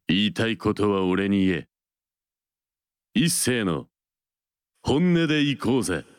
言いたいことは俺に言え。一斉の本音で行こうぜ。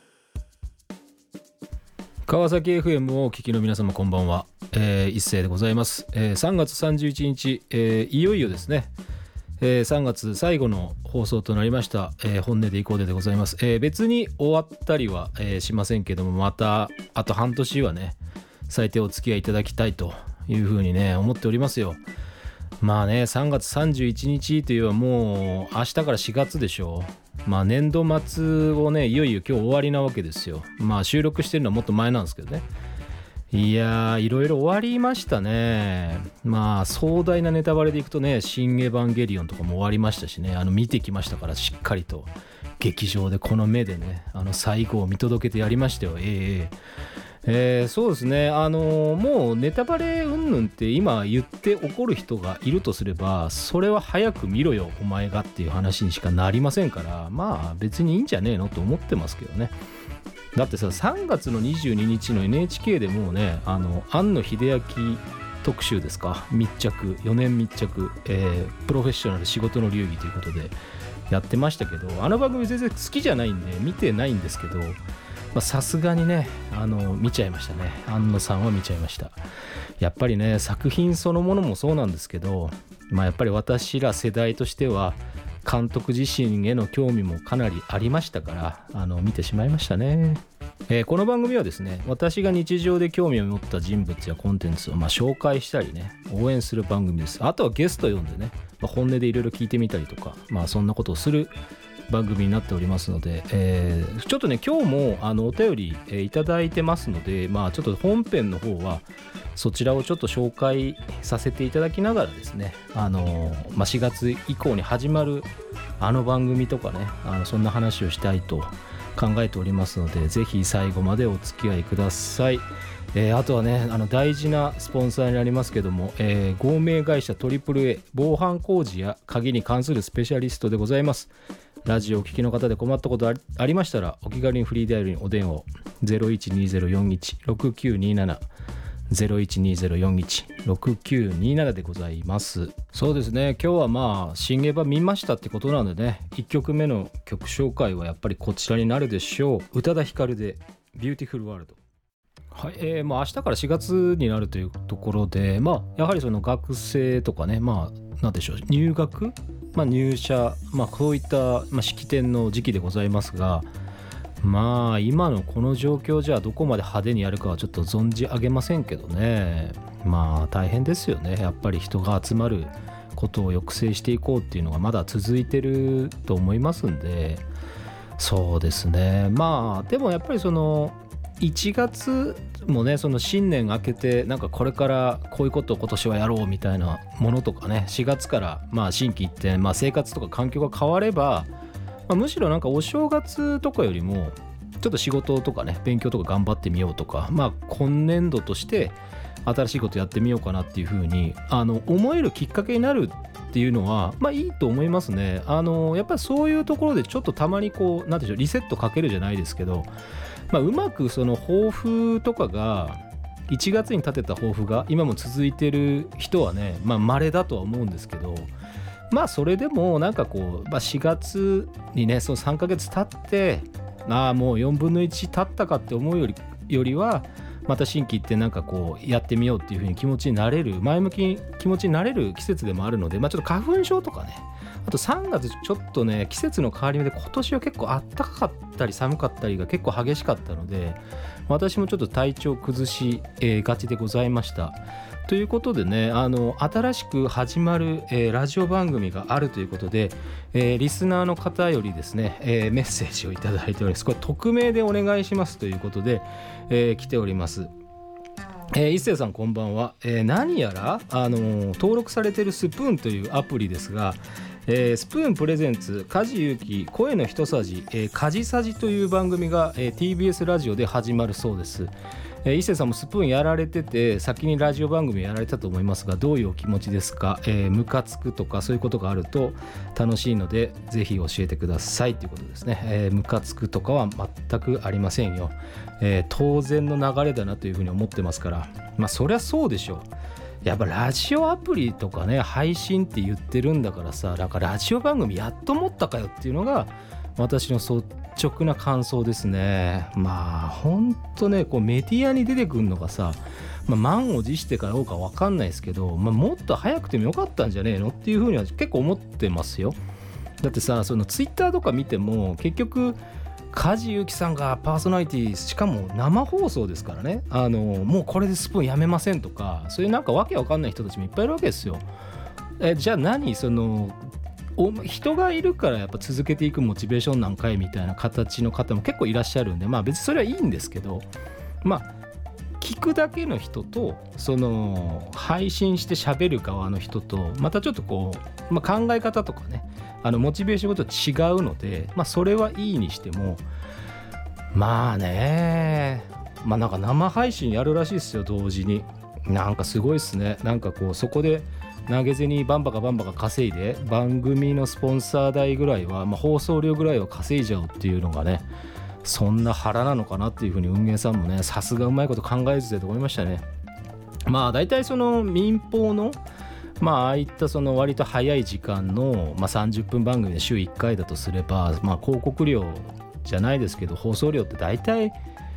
川崎 FM をお聞きの皆様こんばんは、一斉でございます。3月31日、いよいよですね、3月最後の放送となりました、本音で行こうでございます。別に終わったりは、しませんけども、またあと半年はね最低お付き合いいただきたいというふうにね思っておりますよ。まあね、3月31日というのはもう明日から4月でしょう。まあ年度末をねいよいよ今日終わりなわけですよ。まあ収録してるのはもっと前なんですけどね。いやーいろいろ終わりましたね。まあ壮大なネタバレでいくとね、新エヴァンゲリオンとかも終わりましたしね、見てきましたから、しっかりと劇場でこの目でね最後を見届けてやりましたよ。そうですね、もうネタバレ云々って今言って怒る人がいるとすれば、それは早く見ろよお前がっていう話にしかなりませんから、まあ別にいいんじゃねえのと思ってますけどね。だってさ、3月の22日の NHK でもうね庵野秀明特集ですか、密着4年密着、プロフェッショナル仕事の流儀ということでやってましたけど、番組全然好きじゃないんで見てないんですけど、さすがにね見ちゃいましたね。庵野さんは見ちゃいました。やっぱりね作品そのものもそうなんですけど、やっぱり私ら世代としては監督自身への興味もかなりありましたから見てしまいましたね。この番組はですね、私が日常で興味を持った人物やコンテンツを紹介したりね応援する番組です。あとはゲスト呼んでね、本音でいろいろ聞いてみたりとか、そんなことをする番組になっておりますので、ちょっとね今日もお便り、いただいてますので、ちょっと本編の方はそちらをちょっと紹介させていただきながらですね、4月以降に始まる番組とかねそんな話をしたいと考えておりますので、ぜひ最後までお付き合いください。あとはね大事なスポンサーになりますけども、合名会社 AAA 防犯工事や鍵に関するスペシャリストでございます。ラジオをお聞きの方で困ったことありましたら、お気軽にフリーダイヤルにお電話を 0120416927 0120416927 でございます。そうですね、今日は新エヴァ見ましたってことなのでね、1曲目の曲紹介はやっぱりこちらになるでしょう。宇多田ヒカルでビューティフルワールド。はい、明日から4月になるというところで、やはりその学生とかね、なんでしょう、入学、入社、こういった、式典の時期でございますが、今のこの状況じゃどこまで派手にやるかはちょっと存じ上げませんけどね。大変ですよね。やっぱり人が集まることを抑制していこうっていうのがまだ続いてると思いますんで、そうですね。でもやっぱりその1月もね、その新年明けてこれからこういうことを今年はやろうみたいなものとかね、4月から心機一転、生活とか環境が変われば、むしろお正月とかよりもちょっと仕事とかね勉強とか頑張ってみようとか、今年度として新しいことやってみようかなっていう風に思えるきっかけになるっていうのはいいと思いますね。やっぱりそういうところでちょっとたまになんでしょう、リセットかけるじゃないですけど、うまくその抱負とかが1月に立てた抱負が今も続いてる人はね稀だとは思うんですけど、それでも4月にねその3ヶ月経ってもう4分の1経ったかって思うよりは、また心機一転やってみようっていう風に気持ちになれる、前向きに気持ちになれる季節でもあるので、ちょっと花粉症とかね、あと3月ちょっとね季節の変わり目で今年は結構暖かかったり寒かったりが結構激しかったので、私もちょっと体調崩し、がちでございました。ということでね、新しく始まる、ラジオ番組があるということで、リスナーの方よりですね、メッセージをいただいております。これ匿名でお願いしますということで、来ております。一星さんこんばんは。何やら登録されているスプーンというアプリですが、スプーンプレゼンツ梶裕貴声の一さじ、梶さじという番組が、TBS ラジオで始まるそうです。伊勢さんもスプーンやられてて先にラジオ番組やられたと思いますが、どういうお気持ちですか？ムカつくとかそういうことがあると楽しいのでぜひ教えてくださいということですね。ムカつくとかは全くありませんよ。当然の流れだなというふうに思ってますから、そりゃそうでしょう。 やっぱラジオアプリとかね配信って言ってるんだからさ、なんかラジオ番組やっと持ったかよっていうのが私の率直な感想ですね。まあほんとね、こうメディアに出てくるのがさ、満を持してかどうか分かんないですけど、もっと早くてもよかったんじゃねえのっていうふうには結構思ってますよ。だってさ、そのツイッターとか見ても結局梶裕貴さんがパーソナリティ、しかも生放送ですからね、もうこれでスプーンやめませんとか、そういうなんかわけわかんない人たちもいっぱいいるわけですよ。じゃあ何、その人がいるからやっぱ続けていくモチベーションなんかいみたいな形の方も結構いらっしゃるんで、別にそれはいいんですけど、聞くだけの人とその配信して喋る側の人とまたちょっとこう、考え方とかね、モチベーションと違うので、それはいいにしても、なんか生配信やるらしいですよ、同時に。なんかすごいっすね。なんかこうそこで投げ銭バンバカ稼いで、番組のスポンサー代ぐらいは、放送料ぐらいは稼いじゃうっていうのがね、そんな腹なのかなっていうふうに運営さんもね、さすがうまいこと考えずでと思いましたね。大体その民放のああいったその割と早い時間の、30分番組で週1回だとすれば、広告料じゃないですけど放送料って大体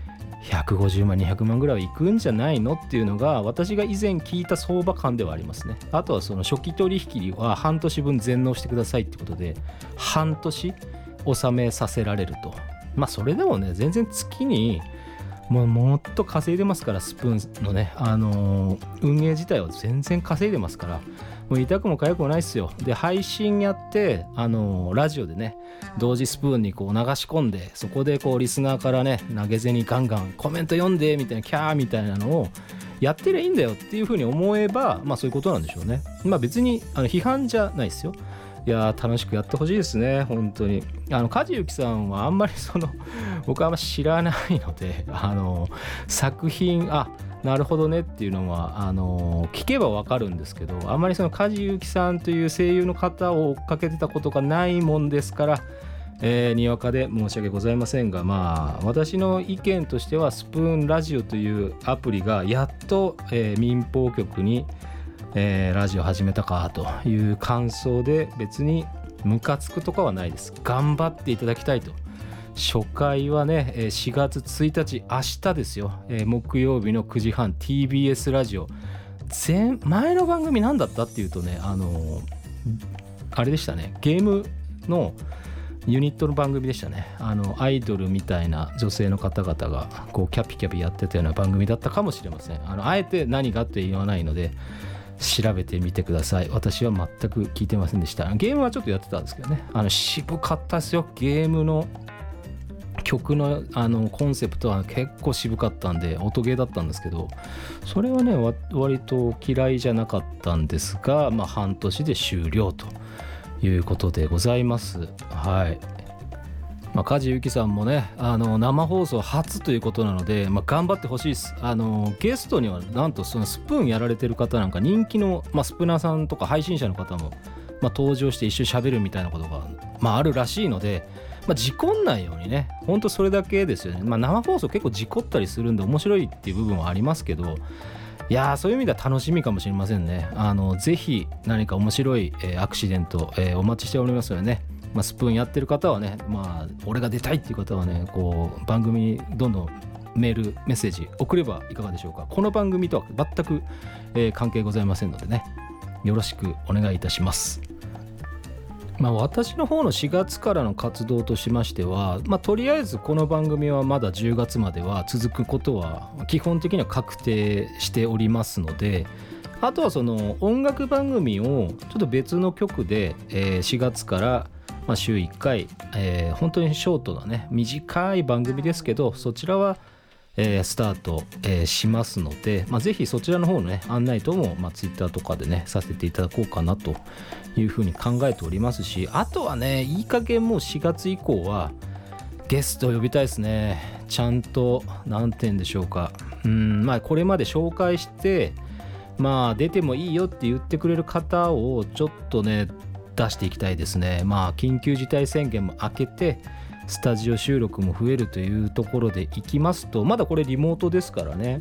150万200万ぐらいはいくんじゃないのっていうのが私が以前聞いた相場感ではありますね。あとはその初期取引は半年分全納してくださいってことで半年納めさせられると。それでもね全然月にもっと稼いでますから、スプーンのね、運営自体は全然稼いでますから、もう痛くも痒くもないっすよ。で配信やってラジオでね同時スプーンにこう流し込んで、そこでこうリスナーからね投げ銭ガンガンコメント読んでみたいなキャーみたいなのをやってりゃいいんだよっていう風に思えば、そういうことなんでしょうね。別に批判じゃないですよ。いや楽しくやってほしいですね、本当に。梶裕貴さんはあんまり僕はあんま知らないので、作品なるほどねっていうのは聞けばわかるんですけど、あんまりその梶裕貴さんという声優の方を追っかけてたことがないもんですから、にわかで申し訳ございませんが、私の意見としてはスプーンラジオというアプリがやっと、民放局にラジオ始めたかという感想で、別にムカつくとかはないです。頑張っていただきたいと。初回はね4月1日明日ですよ、木曜日の9時半 TBS ラジオ。前の番組何だったっていうとね、あれでしたね、ゲームのユニットの番組でしたね。アイドルみたいな女性の方々がこうキャピキャピやってたような番組だったかもしれません。あえて何がって言わないので調べてみてください。私は全く聞いてませんでした。ゲームはちょっとやってたんですけどね、渋かったですよ。ゲームの曲のコンセプトは結構渋かったんで音ゲーだったんですけど、それはね割と嫌いじゃなかったんですが、半年で終了ということでございます。はい。梶裕貴さんもね生放送初ということなので、頑張ってほしいです。ゲストにはなんとそのスプーンやられてる方なんか人気の、スプナーさんとか配信者の方も、登場して一緒に喋るみたいなことが、あるらしいので、事故んないようにね、ほんとそれだけですよね。生放送結構事故ったりするんで面白いっていう部分はありますけど、いやそういう意味では楽しみかもしれませんね。ぜひ何か面白い、アクシデント、お待ちしておりますのでね、スプーンやってる方はね、俺が出たいっていう方はね、こう番組にどんどんメッセージ送ればいかがでしょうか。この番組とは全く、関係ございませんのでね、よろしくお願いいたします。私の方の4月からの活動としましては、とりあえずこの番組はまだ10月までは続くことは基本的には確定しておりますので、あとはその音楽番組をちょっと別の曲で、4月から週1回、本当にショートなね短い番組ですけど、そちらはスタート、しますので、ぜひそちらの方のね案内等も、ツイッターとかでねさせていただこうかなというふうに考えておりますし、あとはねいい加減もう4月以降はゲストを呼びたいですね。ちゃんと何て言うんでしょうか、これまで紹介して出てもいいよって言ってくれる方をちょっとね出していきたいですね。緊急事態宣言も明けてスタジオ収録も増えるというところでいきますと、まだこれリモートですからね、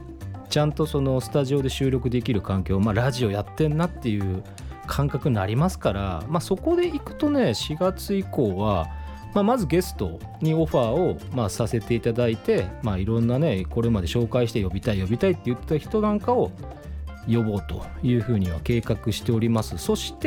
ちゃんとそのスタジオで収録できる環境、ラジオやってんなっていう感覚になりますから、そこで行くとね4月以降は、まずゲストにオファーをさせていただいて、いろんなねこれまで紹介して呼びたいって言った人なんかを呼ぼうというふうには計画しております。そして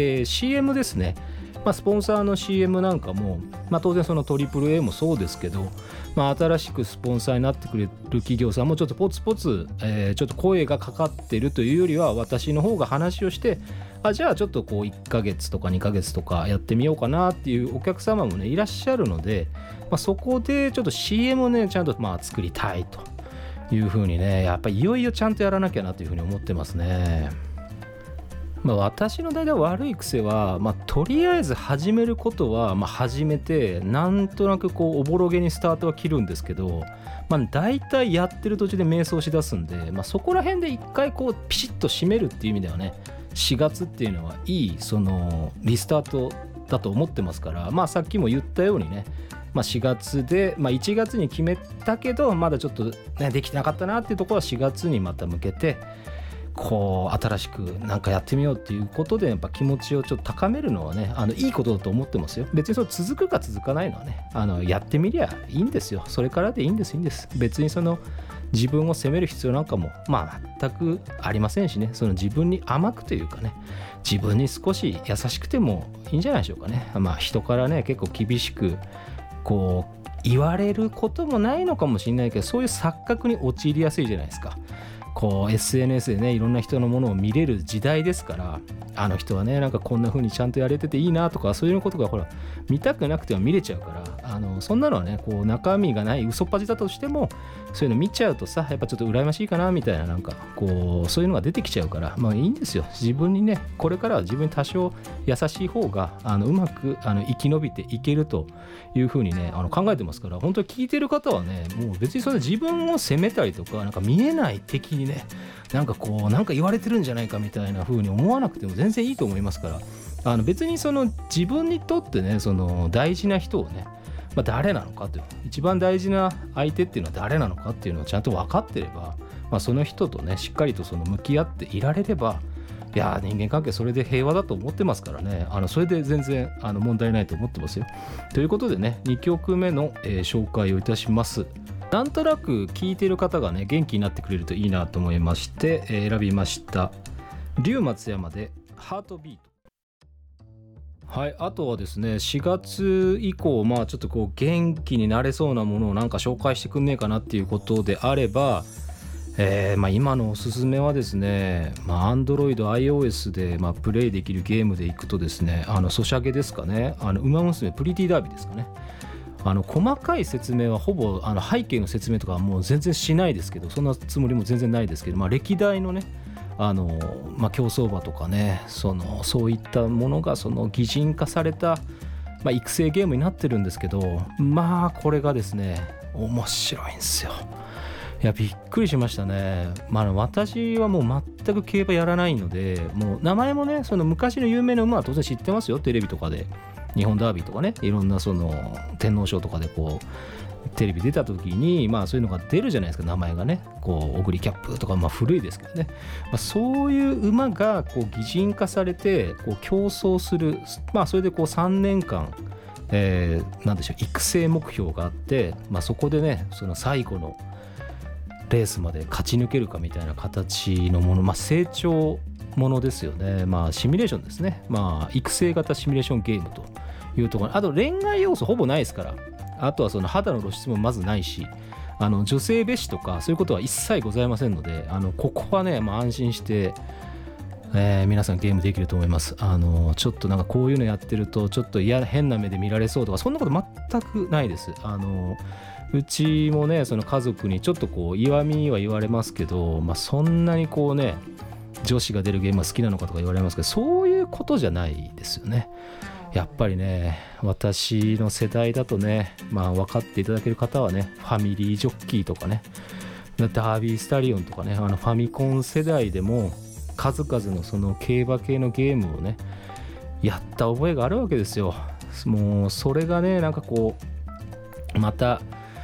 、CM ですね。スポンサーの CM なんかも、当然その AAA もそうですけど、新しくスポンサーになってくれる企業さんもちょっとポツポツ、ちょっと声がかかってるというよりは、私の方が話をして、じゃあちょっとこう1ヶ月とか2ヶ月とかやってみようかなっていうお客様もねいらっしゃるので、そこでちょっと CM をねちゃんと作りたいというふうにね、やっぱりいよいよちゃんとやらなきゃなというふうに思ってますね。私の大体悪い癖は、とりあえず始めることは、始めてなんとなくこうおぼろげにスタートは切るんですけど、大体やってる途中で迷走しだすんで、そこら辺で一回こうピシッと締めるっていう意味ではね、4月っていうのはいいそのリスタートだと思ってますから、さっきも言ったようにね、4月で、1月に決めたけどまだちょっと、ね、できてなかったなっていうところは4月にまた向けてこう新しくなんかやってみようっていうことでやっぱ気持ちをちょっと高めるのはねいいことだと思ってますよ。別にそれ続くか続かないのはねやってみりゃいいんですよ。それからでいいんです。別にその自分を責める必要なんかも全くありませんしね、その自分に甘くというかね、自分に少し優しくてもいいんじゃないでしょうかね。人からね結構厳しくこう言われることもないのかもしれないけど、そういう錯覚に陥りやすいじゃないですか。こう SNS でねいろんな人のものを見れる時代ですから、あの人はねなんかこんな風にちゃんとやれてていいなとか、そういうことがほら見たくなくては見れちゃうから、そんなのはねこう中身がない嘘っぱちだとしてもそういうの見ちゃうとさ、やっぱちょっと羨ましいかなみたいな、なんかこうそういうのが出てきちゃうから、いいんですよ。自分にねこれからは自分に多少優しい方がうまく生き延びていけるという風にね考えてますから、本当に聞いてる方はねもう別にそれ自分を責めたりとかなんか見えない敵にねなんかこうなんか言われてるんじゃないかみたいな風に思わなくても全然いいと思いますから、別にその自分にとってねその大事な人をね、誰なのかという一番大事な相手っていうのは誰なのかっていうのをちゃんと分かってれば、その人とねしっかりとその向き合っていられれば、いや人間関係それで平和だと思ってますからね、それで全然問題ないと思ってますよ。ということでね2曲目の、紹介をいたします。なんとなく聴いている方がね元気になってくれるといいなと思いまして、選びました龍松山でハートビート。はい、あとはですね4月以降ちょっとこう元気になれそうなものをなんか紹介してくんねえかなっていうことであれば、今のおすすめはですね、Android、iOS でプレイできるゲームでいくとですね、ソシャゲですかね、ウマ娘プリティダービーですかね。細かい説明はほぼ背景の説明とかはもう全然しないですけど、そんなつもりも全然ないですけど、歴代のね競走馬とかねそういったものがその擬人化された、育成ゲームになってるんですけど、これがですね面白いんですよ。いやびっくりしましたね。私はもう全く競馬やらないので、もう名前もねその昔の有名な馬は当然知ってますよ。テレビとかで日本ダービーとかね、いろんなその天皇賞とかでこうテレビ出た時にそういうのが出るじゃないですか、名前がね。こうオグリキャップとか古いですけどね、そういう馬がこう擬人化されてこう競争する、それでこう3年間なんでしょう育成目標があって、そこでねその最後のレースまで勝ち抜けるかみたいな形のもの、成長ものですよね。シミュレーションですね。育成型シミュレーションゲームというところ、あと恋愛要素ほぼないですから、あとはその肌の露出もまずないし、女性蔑視とかそういうことは一切ございませんので、ここはね、安心して、皆さんゲームできると思います。ちょっとなんかこういうのやってるとちょっと変な目で見られそうとかそんなこと全くないです。うちもねその家族にちょっとこう嫌味は言われますけど、そんなにこうね女子が出るゲームは好きなのかとか言われますけど、そういうことじゃないですよね。やっぱりね私の世代だとね、分かっていただける方はねファミリージョッキーとかねダービースタリオンとかねファミコン世代でも数々のその競馬系のゲームをねやった覚えがあるわけですよ。もうそれがねなんかこうまた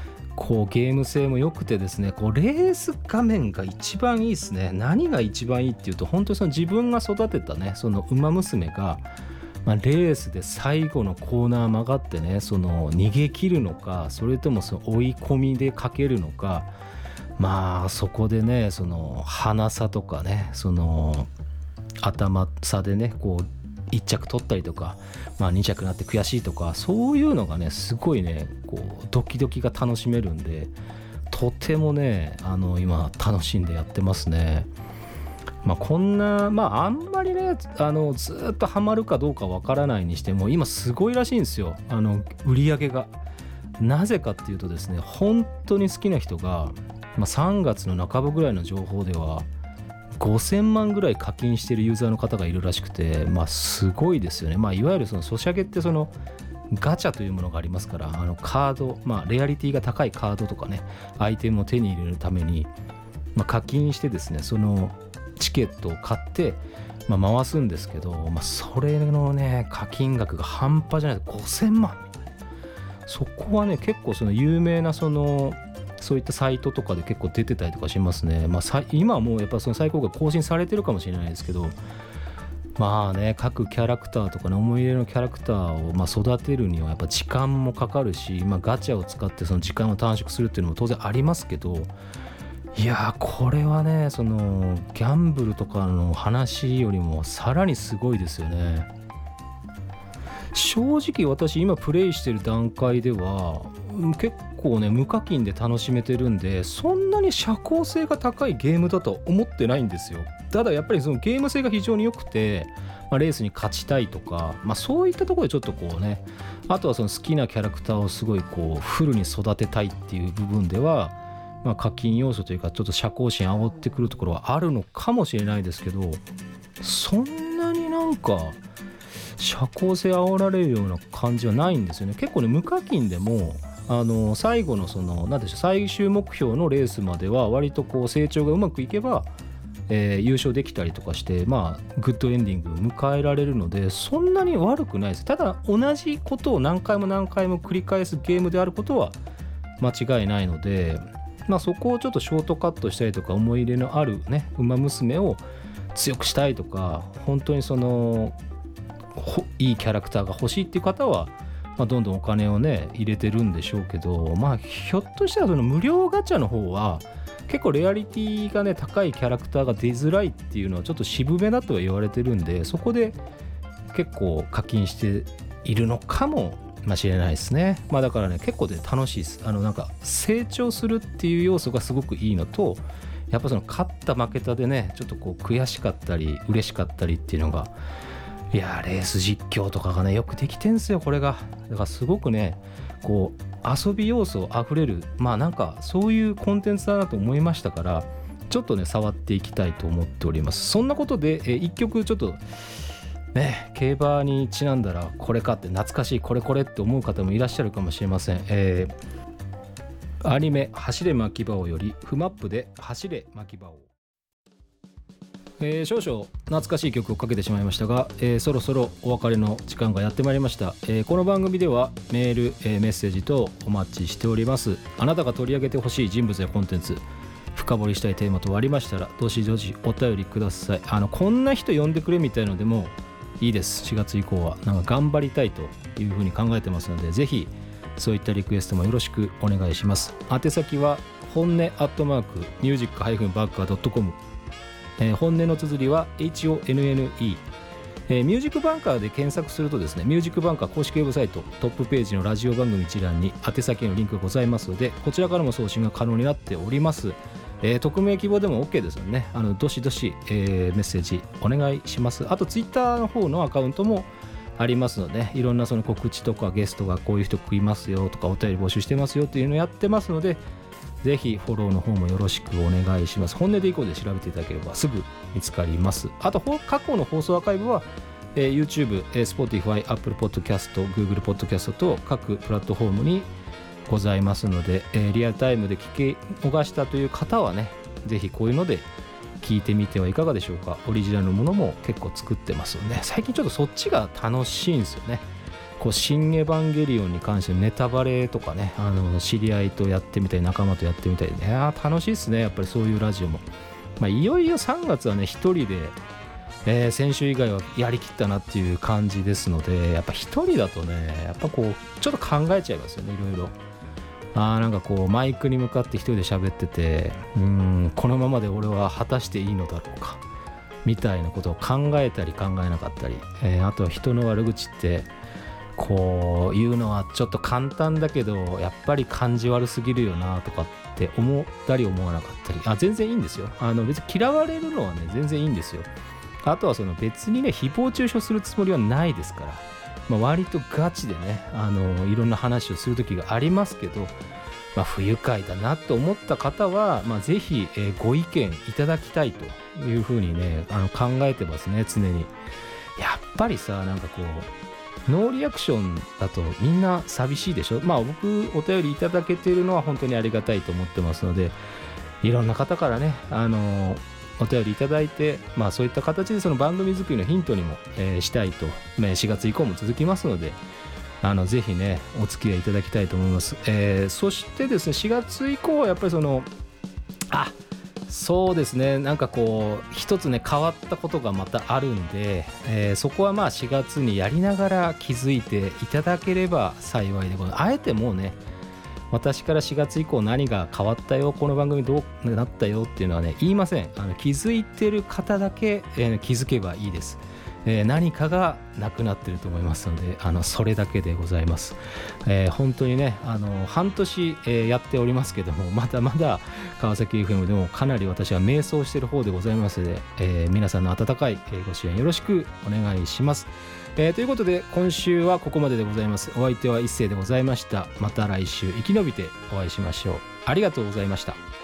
こうゲーム性も良くてですね、こうレース画面が一番いいですね。何が一番いいっていうと、本当にその自分が育てたねその馬娘が、レースで最後のコーナー曲がってね、その逃げ切るのか、それともその追い込みでかけるのか、そこでねその鼻差とかね、その頭差でねこう1着取ったりとか、2着になって悔しいとか、そういうのがねすごいねこうドキドキが楽しめるんで、とてもね今楽しんでやってますね。こんなあんまりねずっとハマるかどうかわからないにしても、今すごいらしいんですよ、売り上げが。なぜかっていうとですね、本当に好きな人が、3月の半ばぐらいの情報では5000万ぐらい課金してるユーザーの方がいるらしくて、すごいですよね。いわゆるそのソシャゲってそのガチャというものがありますから、カード、レアリティが高いカードとかね、アイテムを手に入れるために、課金してですね、そのチケットを買って、回すんですけど、それのね課金額が半端じゃないと5000万。そこはね結構その有名なそういったサイトとかで結構出てたりとかしますね。今はもうやっぱその最高額更新されてるかもしれないですけど、各キャラクターとかね、思い入れのキャラクターを育てるにはやっぱ時間もかかるし、ガチャを使ってその時間を短縮するっていうのも当然ありますけど、いやこれはねそのギャンブルとかの話よりもさらにすごいですよね。正直私今プレイしてる段階では結構ね無課金で楽しめてるんで、そんなに社交性が高いゲームだとは思ってないんですよ。ただやっぱりそのゲーム性が非常に良くて、レースに勝ちたいとか、そういったところでちょっとこうね、あとはその好きなキャラクターをすごいこうフルに育てたいっていう部分では、課金要素というかちょっと社交心煽ってくるところはあるのかもしれないですけど、そんなになんか社交性煽られるような感じはないんですよね。結構ね無課金でも最後のその何でしょう、最終目標のレースまでは割とこう成長がうまくいけば、優勝できたりとかして、グッドエンディングを迎えられるので、そんなに悪くないです。ただ同じことを何回も何回も繰り返すゲームであることは間違いないので、そこをちょっとショートカットしたりとか、思い入れのあるね馬娘を強くしたいとか、本当にそのいいキャラクターが欲しいっていう方は、どんどんお金をね入れてるんでしょうけど、ひょっとしたらその無料ガチャの方は結構レアリティがね高いキャラクターが出づらいっていうのはちょっと渋めだとは言われてるんで、そこで結構課金しているのかもしれないですね。だからね結構で楽しいです。なんか成長するっていう要素がすごくいいのと、やっぱその勝った負けたでねちょっとこう悔しかったり嬉しかったりっていうのが、いやレース実況とかがねよくできてんすよこれが。だからすごくねこう遊び要素あふれる、なんかそういうコンテンツだなと思いましたから、ちょっとね触っていきたいと思っております。そんなことで一曲ちょっとね競馬にちなんだらこれかって懐かしいこれって思う方もいらっしゃるかもしれません。アニメ走れ巻き場をよりフマップで走れ巻き場を。少々懐かしい曲をかけてしまいましたが、そろそろお別れの時間がやってまいりました。この番組ではメール、メッセージ等お待ちしております。あなたが取り上げてほしい人物やコンテンツ、深掘りしたいテーマ等ありましたらどしどしお便りください。こんな人呼んでくれみたいのでもいいです。4月以降はなんか頑張りたいというふうに考えてますので、ぜひそういったリクエストもよろしくお願いします。宛先は本音@music-banker.com、本音の綴りは HONNE。ミュージックバンカーで検索するとですね、ミュージックバンカー公式ウェブサイトトップページのラジオ番組一覧に宛先のリンクがございますので、こちらからも送信が可能になっております。匿名希望でも OK ですのでね、どしどし、メッセージお願いします。あとツイッターの方のアカウントもありますので、いろんなその告知とかゲストがこういう人食いますよとかお便り募集してますよっていうのをやってますので、ぜひフォローの方もよろしくお願いします。本音でいこうで調べていただければすぐ見つかります。あと過去の放送アーカイブは、YouTube、Spotify、Apple Podcast、Google Podcast と各プラットフォームにございますので、リアルタイムで聞き逃したという方はね、ぜひこういうので聞いてみてはいかがでしょうか。オリジナルのものも結構作ってますので、最近ちょっとそっちが楽しいんですよね。 こう新エヴァンゲリオンに関してのネタバレとかね、知り合いとやってみたり仲間とやってみたりね、楽しいですねやっぱりそういうラジオも。いよいよ3月はね一人で、先週以外はやりきったなっていう感じですので、やっぱ一人だとねやっぱこうちょっと考えちゃいますよね、いろいろ。なんかこうマイクに向かって一人で喋ってて、このままで俺は果たしていいのだろうかみたいなことを考えたり考えなかったり、あとは人の悪口ってこう言うのはちょっと簡単だけどやっぱり感じ悪すぎるよなとかって思ったり思わなかったり、全然いいんですよ。別に嫌われるのはね全然いいんですよ。あとはその別にね誹謗中傷するつもりはないですから、割とガチでねいろんな話をする時がありますけど、不愉快だなと思った方は、ぜひ、ご意見いただきたいというふうにね考えてますね、常に。やっぱりさ、なんかこうノーリアクションだとみんな寂しいでしょ。僕お便りいただけてるのは本当にありがたいと思ってますので、いろんな方からねお便りいただいて、そういった形でその番組作りのヒントにも、したいと、4月以降も続きますのでぜひねお付き合いいただきたいと思います。そしてですね4月以降はやっぱりそうですね、なんかこう一つね変わったことがまたあるんで、そこは4月にやりながら気づいていただければ幸いでございます。あえてもうね私から4月以降何が変わったよ、この番組どうなったよっていうのはね言いません。気づいてる方だけ、気づけばいいです。何かがなくなってると思いますのでそれだけでございます。本当にね半年、やっておりますけども、まだまだ川崎 FM でもかなり私は迷走している方でございますので、皆さんの温かいご支援よろしくお願いします。ということで今週はここまででございます。お相手は一世でございました。また来週生き延びてお会いしましょう。ありがとうございました。